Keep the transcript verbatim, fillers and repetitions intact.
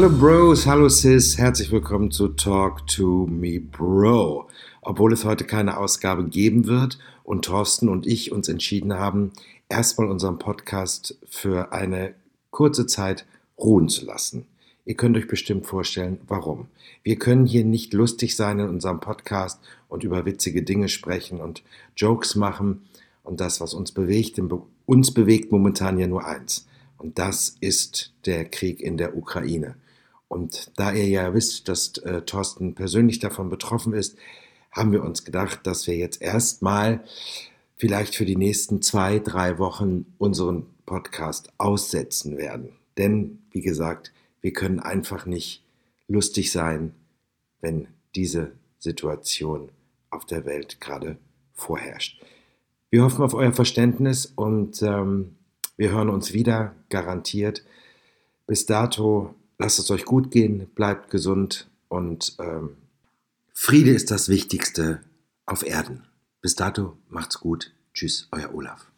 Hallo Bros, hallo Sis, herzlich willkommen zu Talk to Me Bro. Obwohl es heute keine Ausgabe geben wird und Thorsten und ich uns entschieden haben, erstmal unseren Podcast für eine kurze Zeit ruhen zu lassen. Ihr könnt euch bestimmt vorstellen, warum. Wir können hier nicht lustig sein in unserem Podcast und über witzige Dinge sprechen und Jokes machen. Und das, was uns bewegt, uns bewegt momentan ja nur eins. Und das ist der Krieg in der Ukraine. Und da ihr ja wisst, dass äh, Thorsten persönlich davon betroffen ist, haben wir uns gedacht, dass wir jetzt erstmal vielleicht für die nächsten zwei, drei Wochen unseren Podcast aussetzen werden. Denn, wie gesagt, wir können einfach nicht lustig sein, wenn diese Situation auf der Welt gerade vorherrscht. Wir hoffen auf euer Verständnis und ähm, wir hören uns wieder, garantiert. Bis dato, lasst es euch gut gehen, bleibt gesund und ähm, Friede ist das Wichtigste auf Erden. Bis dato, macht's gut. Tschüss, euer Olaf.